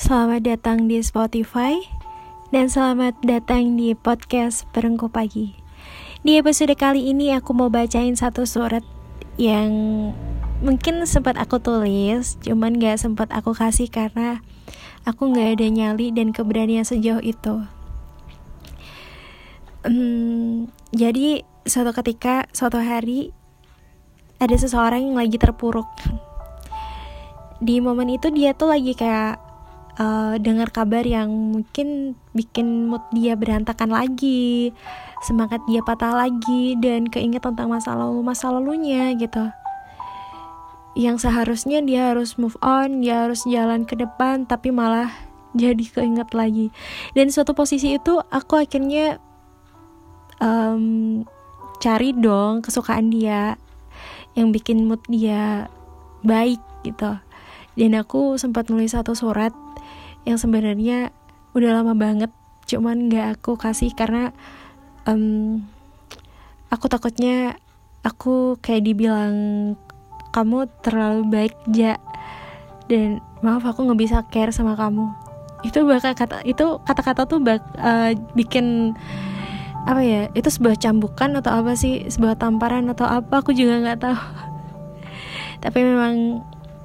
Selamat datang di Spotify dan selamat datang di podcast Perengko Pagi. Di episode kali ini aku mau bacain satu surat yang mungkin sempat aku tulis, cuman gak sempat aku kasih karena aku gak ada nyali dan keberanian sejauh itu. Jadi suatu hari ada seseorang yang lagi terpuruk. Di momen itu dia tuh lagi kayak dengar kabar yang mungkin bikin mood dia berantakan lagi, semangat dia patah lagi, dan keinget tentang masa lalunya gitu. Yang seharusnya dia harus move on, dia harus jalan ke depan, tapi malah jadi keinget lagi. Dan suatu posisi itu aku akhirnya cari dong kesukaan dia yang bikin mood dia baik gitu. Dan aku sempat nulis satu surat yang sebenarnya udah lama banget, cuman gak aku kasih karena aku takutnya aku kayak dibilang kamu terlalu baik Ja, dan maaf aku gak bisa care sama kamu. Itu kata-kata tuh bikin apa ya, itu sebuah cambukan atau apa sih, sebuah tamparan atau apa, aku juga gak tahu. Tapi memang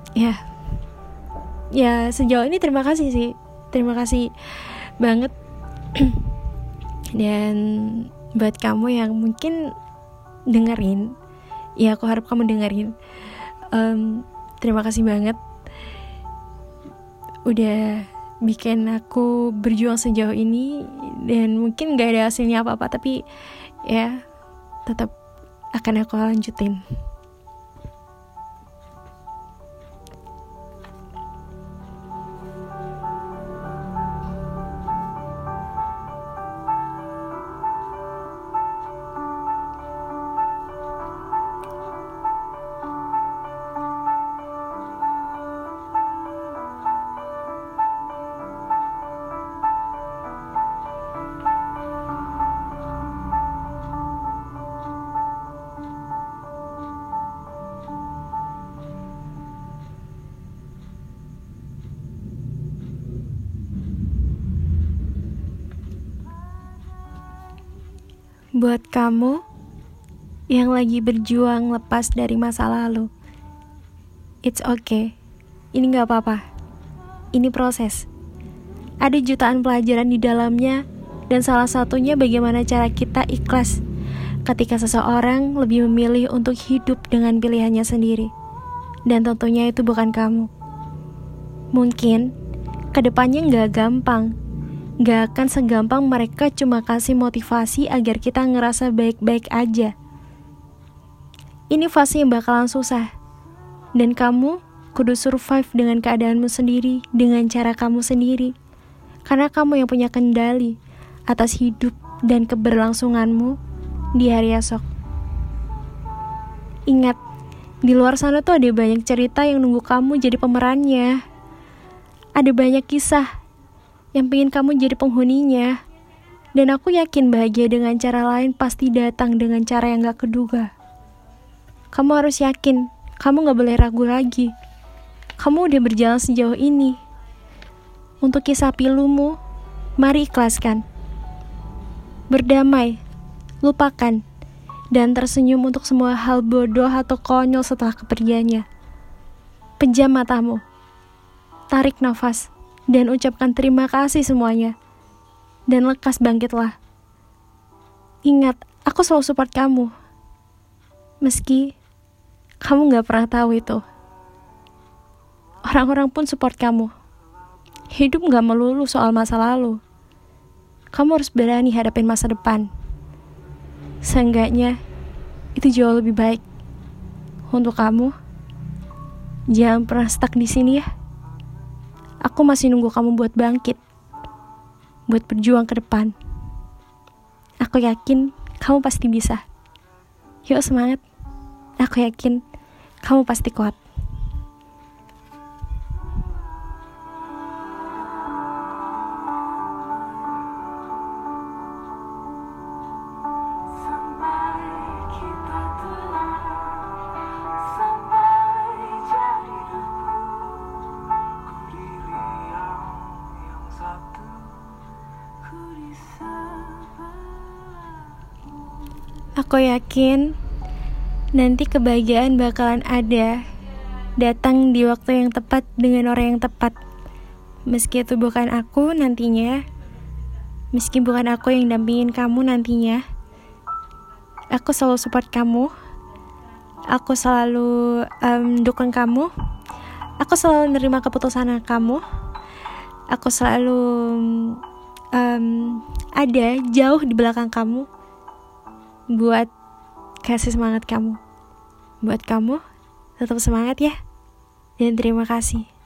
ya sejauh ini terima kasih banget. Dan buat kamu yang mungkin dengerin, ya aku harap kamu dengerin, terima kasih banget udah bikin aku berjuang sejauh ini. Dan mungkin gak ada hasilnya apa-apa, tapi ya tetap akan aku lanjutin. Buat kamu yang lagi berjuang lepas dari masa lalu, it's okay. Ini gak apa-apa. Ini proses. Ada jutaan pelajaran di dalamnya, dan salah satunya bagaimana cara kita ikhlas ketika seseorang lebih memilih untuk hidup dengan pilihannya sendiri. Dan tentunya itu bukan kamu. Mungkin kedepannya gak gampang. Gak akan segampang mereka cuma kasih motivasi agar kita ngerasa baik-baik aja. Ini fase yang bakalan susah, dan kamu kudu survive dengan keadaanmu sendiri, dengan cara kamu sendiri. Karena kamu yang punya kendali atas hidup dan keberlangsunganmu di hari esok. Ingat, di luar sana tuh ada banyak cerita yang nunggu kamu jadi pemerannya. Ada banyak kisah yang pengen kamu jadi penghuninya. Dan aku yakin bahagia dengan cara lain pasti datang dengan cara yang gak keduga. Kamu harus yakin, kamu gak boleh ragu lagi. Kamu udah berjalan sejauh ini. Untuk kisah pilumu, mari ikhlaskan. Berdamai, lupakan, dan tersenyum untuk semua hal bodoh atau konyol setelah kepergiannya. Pejam matamu, tarik nafas, dan ucapkan terima kasih semuanya. Dan lekas bangkitlah. Ingat, aku selalu support kamu. Meski kamu gak pernah tahu itu. Orang-orang pun support kamu. Hidup gak melulu soal masa lalu. Kamu harus berani hadapin masa depan. Seenggaknya itu jauh lebih baik. Untuk kamu, jangan pernah stuck di sini ya. Aku masih nunggu kamu buat bangkit, buat berjuang ke depan. Aku yakin kamu pasti bisa. Yuk semangat. Aku yakin kamu pasti kuat. Aku yakin nanti kebahagiaan bakalan ada, datang di waktu yang tepat dengan orang yang tepat. Meski itu bukan aku nantinya, meski bukan aku yang dampingin kamu nantinya, aku selalu support kamu. Aku selalu dukung kamu. Aku selalu nerima keputusan kamu. Aku selalu ada jauh di belakang kamu buat kasih semangat kamu. Buat kamu, tetap semangat ya. Dan terima kasih.